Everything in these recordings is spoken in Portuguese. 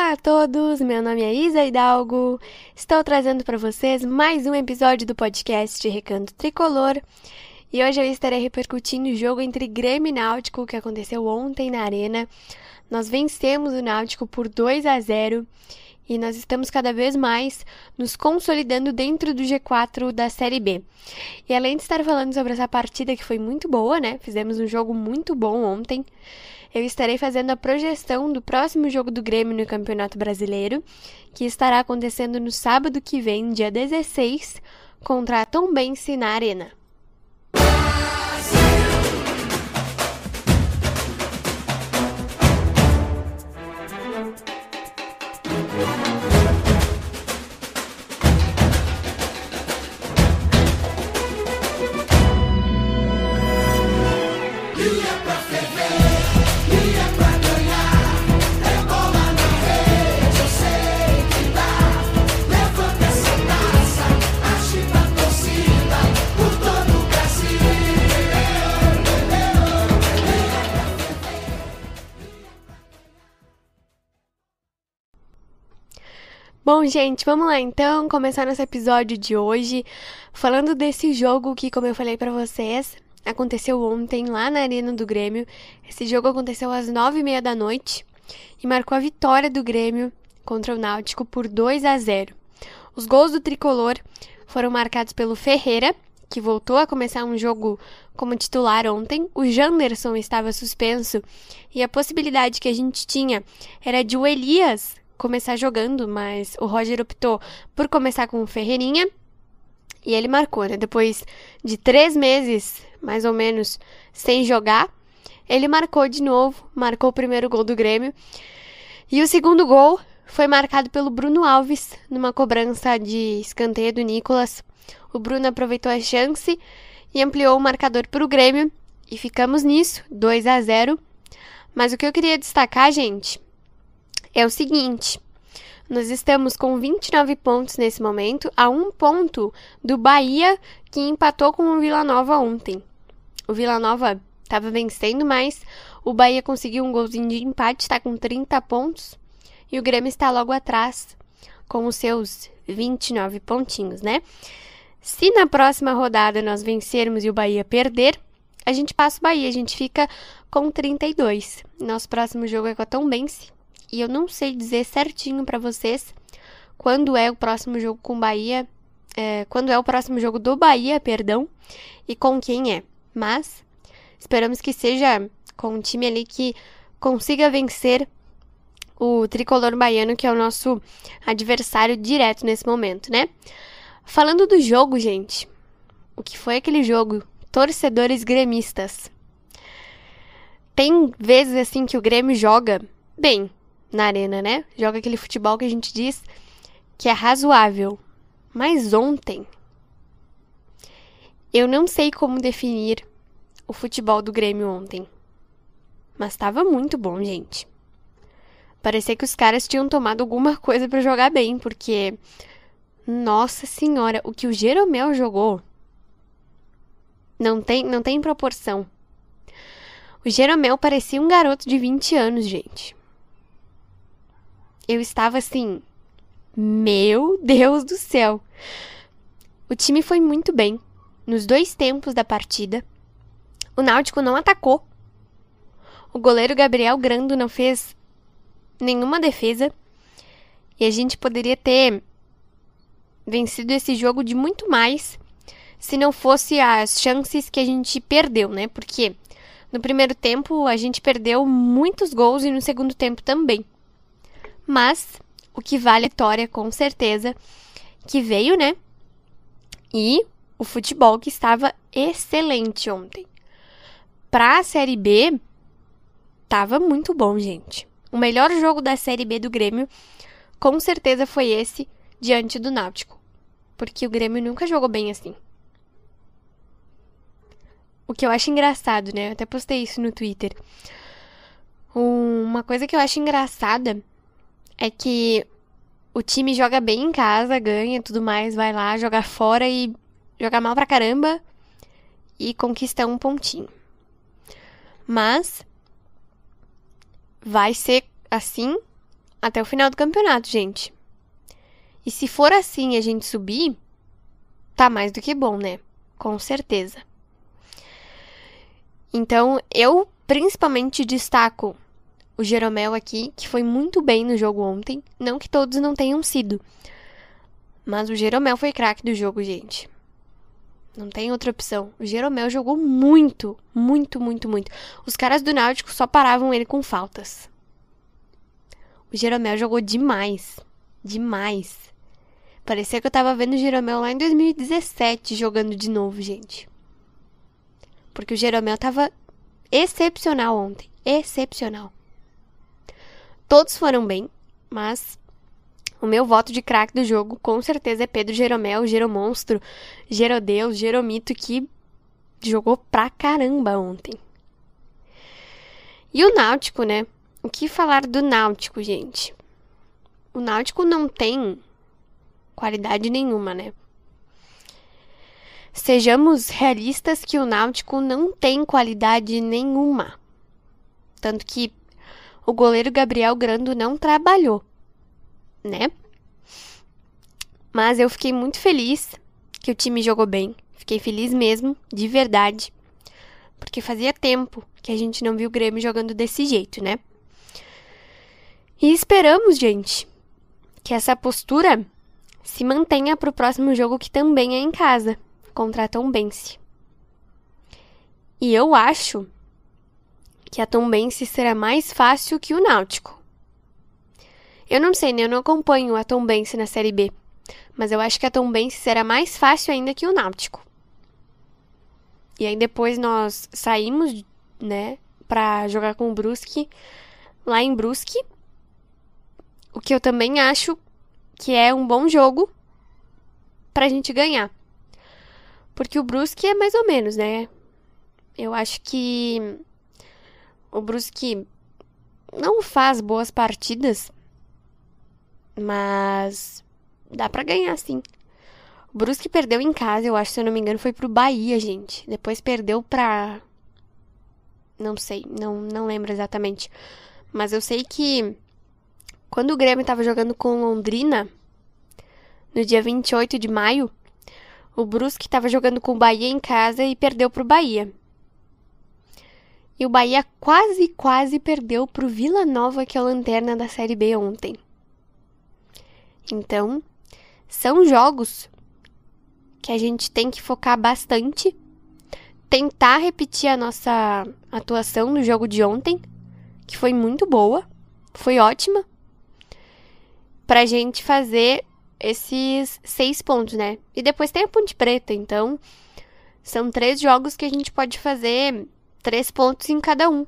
Olá a todos, meu nome é Isa Hidalgo, estou trazendo para vocês mais um episódio do podcast Recanto Tricolor e hoje eu estarei repercutindo o jogo entre Grêmio e Náutico que aconteceu ontem na Arena. Nós vencemos o Náutico por 2-0 e nós estamos cada vez mais nos consolidando dentro do G4 da Série B. E além de estar falando sobre essa partida que foi muito boa, né? Fizemos um jogo muito bom ontem. Eu estarei fazendo a projeção do próximo jogo do Grêmio no Campeonato Brasileiro, que estará acontecendo no sábado que vem, dia 16, contra a Tombense na Arena. Bom, gente, vamos lá então, começar nosso episódio de hoje falando desse jogo que, como eu falei pra vocês, aconteceu ontem lá na Arena do Grêmio. Esse jogo aconteceu às 9h30 da noite e marcou a vitória do Grêmio contra o Náutico por 2-0. Os gols do Tricolor foram marcados pelo Ferreira, que voltou a começar um jogo como titular ontem. O Janderson estava suspenso e a possibilidade que a gente tinha era de o Elias começar jogando, mas o Roger optou por começar com o Ferreirinha e ele marcou, né? Depois de 3 meses, mais ou menos, sem jogar, ele marcou de novo, marcou o primeiro gol do Grêmio e o segundo gol foi marcado pelo Bruno Alves numa cobrança de escanteio do Nicolas. O Bruno aproveitou a chance e ampliou o marcador para o Grêmio e ficamos nisso, 2-0. Mas o que eu queria destacar, gente, é o seguinte: nós estamos com 29 pontos nesse momento, a 1 ponto do Bahia, que empatou com o Vila Nova ontem. O Vila Nova estava vencendo, mas o Bahia conseguiu um golzinho de empate, está com 30 pontos, e o Grêmio está logo atrás, com os seus 29 pontinhos, né? Se na próxima rodada nós vencermos e o Bahia perder, a gente passa o Bahia, a gente fica com 32. Nosso próximo jogo é com a Tombense. E eu não sei dizer certinho pra vocês quando é o próximo jogo com o Bahia, quando é o próximo jogo do Bahia, perdão, e com quem é. Mas esperamos que seja com um time ali que consiga vencer o tricolor baiano, que é o nosso adversário direto nesse momento, né? Falando do jogo, gente, o que foi aquele jogo? Torcedores gremistas. Tem vezes assim que o Grêmio joga bem na Arena, né? Joga aquele futebol que a gente diz que é razoável. Mas ontem, eu não sei como definir o futebol do Grêmio ontem. Mas estava muito bom, gente. Parecia que os caras tinham tomado alguma coisa para jogar bem, porque, nossa senhora, o que o Jeromel jogou não tem proporção. O Jeromel parecia um garoto de 20 anos, gente. Eu estava assim, meu Deus do céu. O time foi muito bem nos 2 tempos da partida. O Náutico não atacou. O goleiro Gabriel Grando não fez nenhuma defesa. E a gente poderia ter vencido esse jogo de muito mais se não fosse as chances que a gente perdeu, né? Porque no primeiro tempo a gente perdeu muitos gols e no segundo tempo também. Mas o que vale é a vitória, com certeza, que veio, né? E o futebol que estava excelente ontem. Pra Série B, tava muito bom, gente. O melhor jogo da Série B do Grêmio, com certeza, foi esse diante do Náutico. Porque o Grêmio nunca jogou bem assim. O que eu acho engraçado, né? Eu até postei isso no Twitter. Uma coisa que eu acho engraçada é que o time joga bem em casa, ganha tudo mais, vai lá, joga fora e joga mal pra caramba e conquista 1 pontinho. Mas vai ser assim até o final do campeonato, gente. E se for assim e a gente subir, tá mais do que bom, né? Com certeza. Então, eu principalmente destaco o Jeromel aqui, que foi muito bem no jogo ontem. Não que todos não tenham sido. Mas o Jeromel foi craque do jogo, gente. Não tem outra opção. O Jeromel jogou muito, muito, muito, muito. Os caras do Náutico só paravam ele com faltas. O Jeromel jogou demais. Demais. Parecia que eu tava vendo o Jeromel lá em 2017 jogando de novo, gente. Porque o Jeromel tava excepcional ontem. Excepcional. Todos foram bem, mas o meu voto de craque do jogo com certeza é Pedro Jeromel, Jeromonstro, Gerodeus, Jeromito, que jogou pra caramba ontem. E o Náutico, né? O que falar do Náutico, gente? O Náutico não tem qualidade nenhuma, né? Sejamos realistas que o Náutico não tem qualidade nenhuma. Tanto que o goleiro Gabriel Grando não trabalhou, né? Mas eu fiquei muito feliz que o time jogou bem. Fiquei feliz mesmo, de verdade. Porque fazia tempo que a gente não viu o Grêmio jogando desse jeito, né? E esperamos, gente, que essa postura se mantenha para o próximo jogo, que também é em casa, contra a Tombense. E eu acho que a Tombense será mais fácil que o Náutico. Eu não sei, né? Eu não acompanho a Tombense na Série B, mas eu acho que a Tombense será mais fácil ainda que o Náutico. E aí depois nós saímos, né, pra jogar com o Brusque, lá em Brusque, o que eu também acho que é um bom jogo pra gente ganhar. Porque o Brusque é mais ou menos, né? Eu acho que o Brusque não faz boas partidas, mas dá pra ganhar, sim. O Brusque perdeu em casa, eu acho, se eu não me engano, foi pro Bahia, gente. Depois perdeu pra... Não sei, não lembro exatamente. Mas eu sei que quando o Grêmio tava jogando com Londrina, no dia 28 de maio, o Brusque tava jogando com o Bahia em casa e perdeu pro Bahia. E o Bahia quase perdeu pro Vila Nova, que é a lanterna da Série B ontem. Então, são jogos que a gente tem que focar bastante, tentar repetir a nossa atuação no jogo de ontem, que foi muito boa, foi ótima, pra gente fazer esses 6 pontos, né? E depois tem a Ponte Preta, então são 3 jogos que a gente pode fazer 3 pontos em cada um.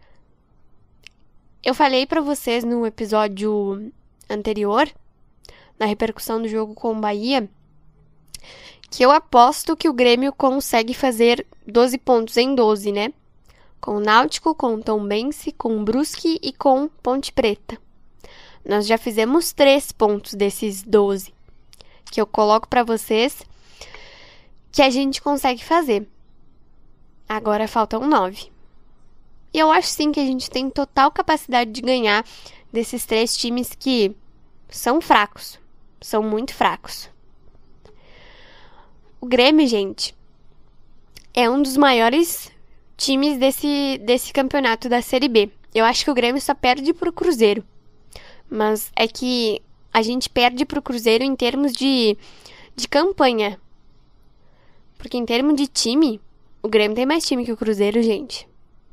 Eu falei pra vocês no episódio anterior, na repercussão do jogo com o Bahia, que eu aposto que o Grêmio consegue fazer 12 pontos em 12, né? Com o Náutico, com o Tombense, com o Brusque e com Ponte Preta. Nós já fizemos 3 pontos desses 12, que eu coloco pra vocês que a gente consegue fazer. Agora faltam 9. E eu acho sim que a gente tem total capacidade de ganhar desses 3 times que são fracos. São muito fracos. O Grêmio, gente, é um dos maiores times desse campeonato da Série B. Eu acho que o Grêmio só perde pro Cruzeiro. Mas é que a gente perde pro Cruzeiro em termos de campanha. Porque em termos de time, o Grêmio tem mais time que o Cruzeiro, gente.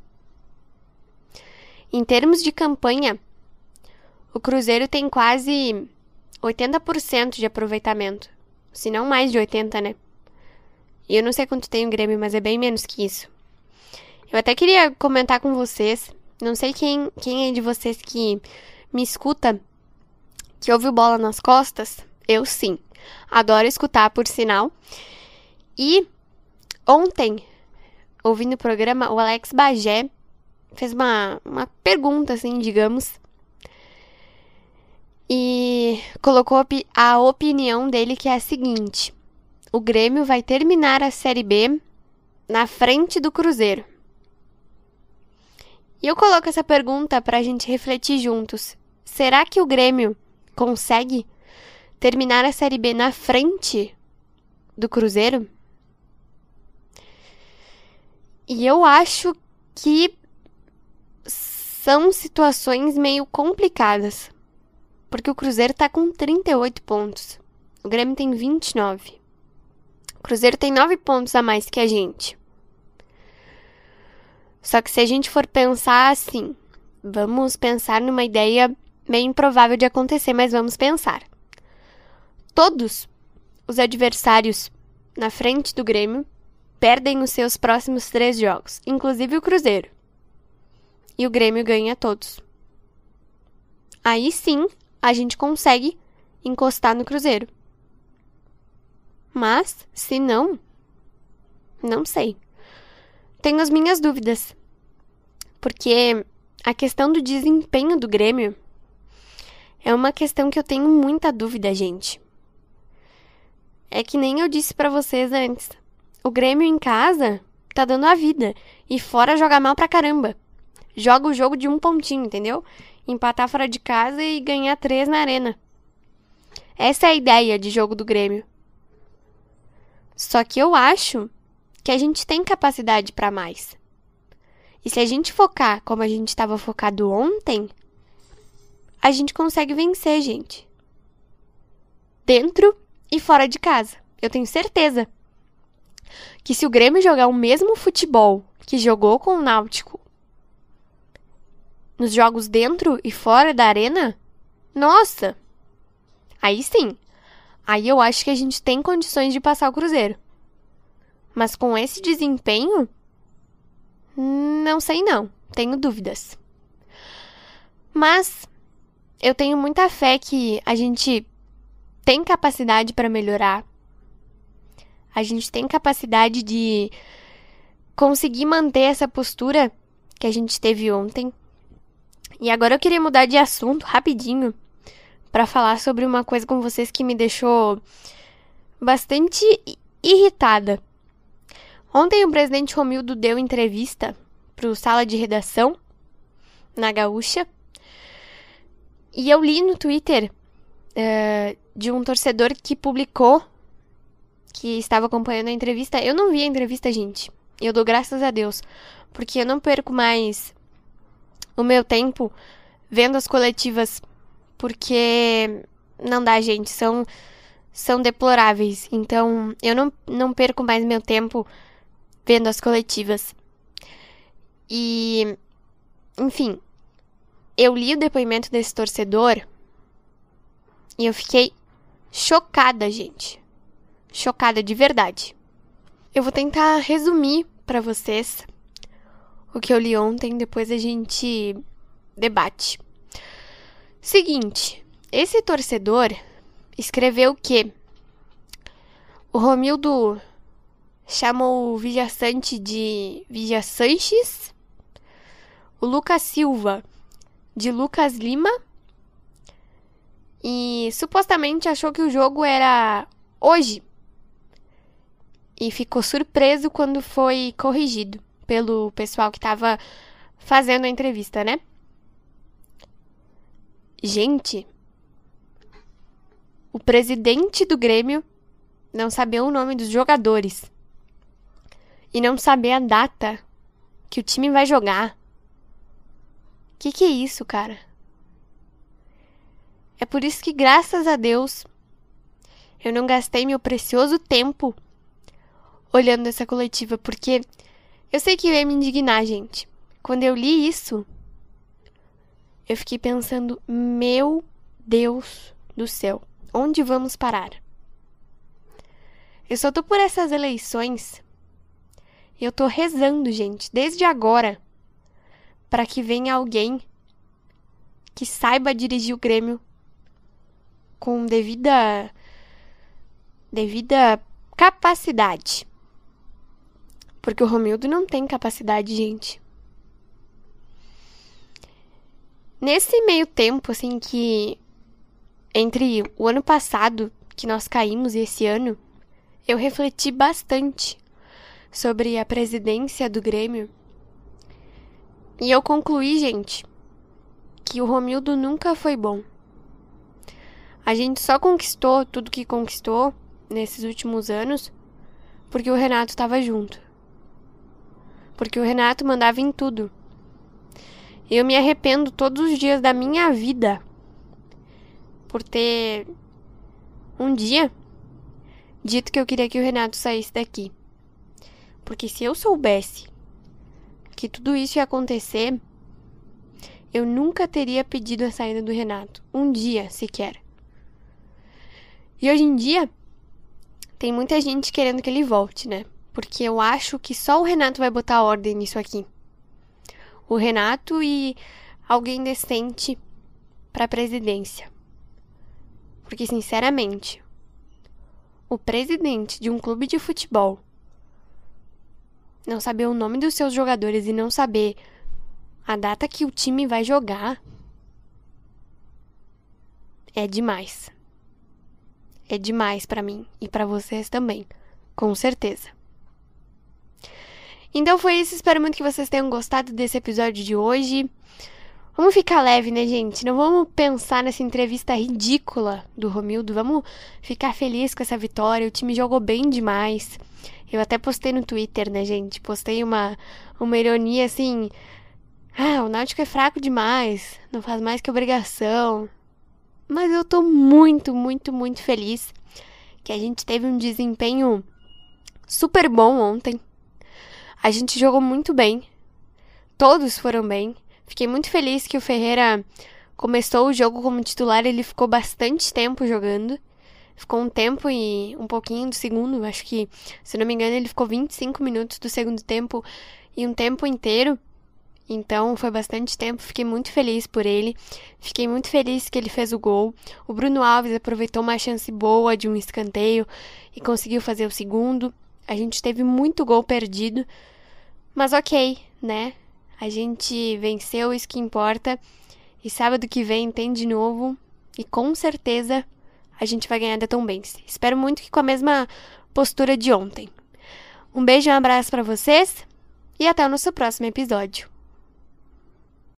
Em termos de campanha, o Cruzeiro tem quase 80% de aproveitamento. Se não mais de 80%, né? E eu não sei quanto tem o Grêmio, mas é bem menos que isso. Eu até queria comentar com vocês, não sei quem é de vocês que me escuta, que ouve o Bola nas Costas. Eu sim. Adoro escutar, por sinal. E ontem, ouvindo o programa, o Alex Bagé fez uma pergunta, assim, digamos, e colocou a opinião dele, que é a seguinte: o Grêmio vai terminar a Série B na frente do Cruzeiro. E eu coloco essa pergunta pra gente refletir juntos. será que o Grêmio consegue terminar a Série B na frente do Cruzeiro? E eu acho que são situações meio complicadas. Porque o Cruzeiro tá com 38 pontos. O Grêmio tem 29. O Cruzeiro tem 9 pontos a mais que a gente. Só que se a gente for pensar assim, vamos pensar numa ideia meio improvável de acontecer, mas vamos pensar. Todos os adversários na frente do Grêmio perdem os seus próximos 3 jogos, inclusive o Cruzeiro. E o Grêmio ganha todos. Aí sim, a gente consegue encostar no Cruzeiro. Mas, se não, não sei. Tenho as minhas dúvidas. Porque a questão do desempenho do Grêmio é uma questão que eu tenho muita dúvida, gente. É que nem eu disse pra vocês antes. O Grêmio em casa tá dando a vida. E fora joga mal pra caramba. Joga o jogo de 1 pontinho, entendeu? Empatar fora de casa e ganhar 3 na arena. Essa é a ideia de jogo do Grêmio. Só que eu acho que a gente tem capacidade pra mais. E se a gente focar como a gente estava focado ontem, a gente consegue vencer, gente. Dentro e fora de casa. Eu tenho certeza que se o Grêmio jogar o mesmo futebol que jogou com o Náutico nos jogos dentro e fora da arena, nossa, aí sim. Aí eu acho que a gente tem condições de passar o Cruzeiro. Mas com esse desempenho, não sei não. Tenho dúvidas. Mas eu tenho muita fé que a gente tem capacidade para melhorar. A gente tem capacidade de conseguir manter essa postura que a gente teve ontem. E agora eu queria mudar de assunto rapidinho para falar sobre uma coisa com vocês que me deixou bastante irritada. Ontem o presidente Romildo deu entrevista para o Sala de Redação na Gaúcha e eu li no Twitter de um torcedor que publicou que estava acompanhando a entrevista. Eu não vi a entrevista, gente. Eu dou graças a Deus, porque eu não perco mais o meu tempo vendo as coletivas, porque não dá, gente, são deploráveis. Então, eu não perco mais meu tempo vendo as coletivas. E, enfim, eu li o depoimento desse torcedor e eu fiquei chocada, gente. Chocada de verdade. Eu vou tentar resumir pra vocês o que eu li ontem, depois a gente debate. Seguinte, esse torcedor escreveu que o Romildo chamou o Vijaçante de Vijaçanches, o Lucas Silva de Lucas Lima e supostamente achou que o jogo era hoje e ficou surpreso quando foi corrigido pelo pessoal que estava fazendo a entrevista, né? Gente, o presidente do Grêmio não sabia o nome dos jogadores e não saber a data que o time vai jogar. Que é isso, cara? É por isso que, graças a Deus, eu não gastei meu precioso tempo olhando essa coletiva, porque eu sei que eu ia me indignar, gente. Quando eu li isso, eu fiquei pensando, meu Deus do céu, onde vamos parar? Eu só tô por essas eleições e eu tô rezando, gente, desde agora, para que venha alguém que saiba dirigir o Grêmio com devida capacidade. Porque o Romildo não tem capacidade, gente. Nesse meio tempo, assim, que entre o ano passado, que nós caímos, e esse ano, eu refleti bastante sobre a presidência do Grêmio. E eu concluí, gente, que o Romildo nunca foi bom. A gente só conquistou tudo que conquistou nesses últimos anos porque o Renato estava junto. Porque o Renato mandava em tudo. Eu me arrependo todos os dias da minha vida por ter um dia dito que eu queria que o Renato saísse daqui. Porque se eu soubesse que tudo isso ia acontecer, eu nunca teria pedido a saída do Renato. Um dia sequer. E hoje em dia, tem muita gente querendo que ele volte, né? Porque eu acho que só o Renato vai botar ordem nisso aqui. O Renato e alguém decente pra presidência. Porque, sinceramente, o presidente de um clube de futebol não saber o nome dos seus jogadores e não saber a data que o time vai jogar é demais. É demais pra mim e pra vocês também, com certeza. Então foi isso, espero muito que vocês tenham gostado desse episódio de hoje. Vamos ficar leve, né, gente? Não vamos pensar nessa entrevista ridícula do Romildo. Vamos ficar feliz com essa vitória. O time jogou bem demais. Eu até postei no Twitter, né, gente? Postei uma ironia assim... o Náutico é fraco demais. Não faz mais que obrigação. Mas eu tô muito, muito, muito feliz que a gente teve um desempenho super bom ontem. A gente jogou muito bem. Todos foram bem. Fiquei muito feliz que o Ferreira começou o jogo como titular. Ele ficou bastante tempo jogando. Ficou um tempo e um pouquinho do segundo. Acho que, se não me engano, ele ficou 25 minutos do segundo tempo e um tempo inteiro. Então, foi bastante tempo. Fiquei muito feliz por ele. Fiquei muito feliz que ele fez o gol. O Bruno Alves aproveitou uma chance boa de um escanteio e conseguiu fazer o segundo. A gente teve muito gol perdido. Mas ok, né? A gente venceu, isso que importa. E sábado que vem tem de novo. E com certeza a gente vai ganhar da Tombense. Espero muito que com a mesma postura de ontem. Um beijo e um abraço pra vocês. E até o nosso próximo episódio.